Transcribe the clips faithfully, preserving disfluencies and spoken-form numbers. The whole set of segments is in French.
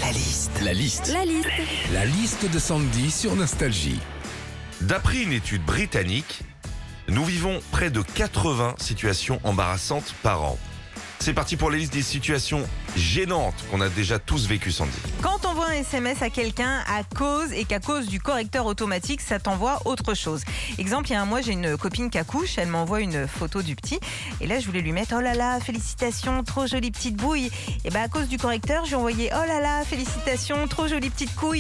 La liste. La liste. La liste. La liste de Sandy sur Nostalgie. D'après une étude britannique, nous vivons près de quatre-vingts situations embarrassantes par an. C'est parti pour la liste des situations gênantes qu'on a déjà tous vécues, Sandy. Quand on voit un S M S à quelqu'un à cause et qu'à cause du correcteur automatique, ça t'envoie autre chose. Exemple, il y a un mois, j'ai une copine qui accouche, elle m'envoie une photo du petit. Et là, je voulais lui mettre « Oh là là, félicitations, trop jolie petite bouille ». Et bien, à cause du correcteur, je lui ai envoyé « Oh là là, félicitations, trop jolie petite couille ».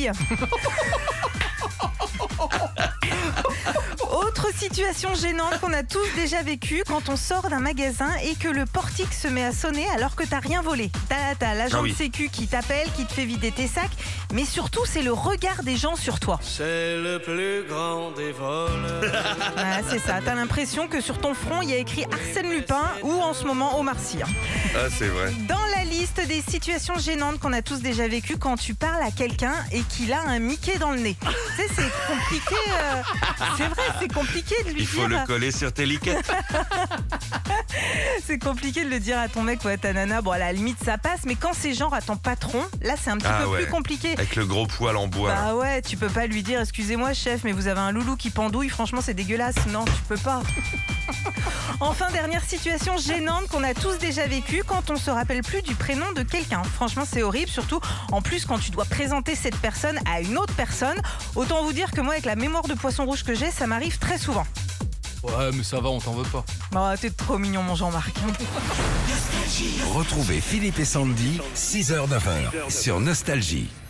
Autre situation gênante qu'on a tous déjà vécue quand on sort d'un magasin et que le portique se met à sonner alors que t'as rien volé. T'as, t'as l'agent Ah oui. de sécu qui t'appelle, qui te fait vider tes sacs, mais surtout c'est le regard des gens sur toi. C'est le plus grand des voleurs. Ah, c'est ça, t'as l'impression que sur ton front il y a écrit Arsène Lupin ou en ce moment Omar Sy. Ah, c'est vrai. Dans la liste des situations gênantes qu'on a tous déjà vécues, quand tu parles à quelqu'un et qu'il a un Mickey dans le nez. Tu sais, c'est compliqué, euh, c'est vrai, c'est compliqué de lui Il faut dire... le coller sur tes liquettes. C'est compliqué de le dire à ton mec ou à ta nana. Bon, à la limite, ça passe, mais quand c'est genre à ton patron, là, c'est un petit Ah peu ouais. plus compliqué. Avec le gros poil en bois. là. Bah ouais, tu peux pas lui dire, excusez-moi, chef, mais vous avez un loulou qui pendouille. Franchement, c'est dégueulasse. Non, tu peux pas. Enfin, dernière situation gênante qu'on a tous déjà vécue quand on se rappelle plus du prénom de quelqu'un. Franchement, c'est horrible, surtout en plus quand tu dois présenter cette personne à une autre personne. Autant vous dire que moi, avec la mémoire de poisson rouge que j'ai, ça m'arrive très souvent. Ouais, mais ça va, on t'en veut pas. Oh, t'es trop mignon, mon Jean-Marc. Retrouvez Philippe et Sandy, six heures neuf heures sur Nostalgie.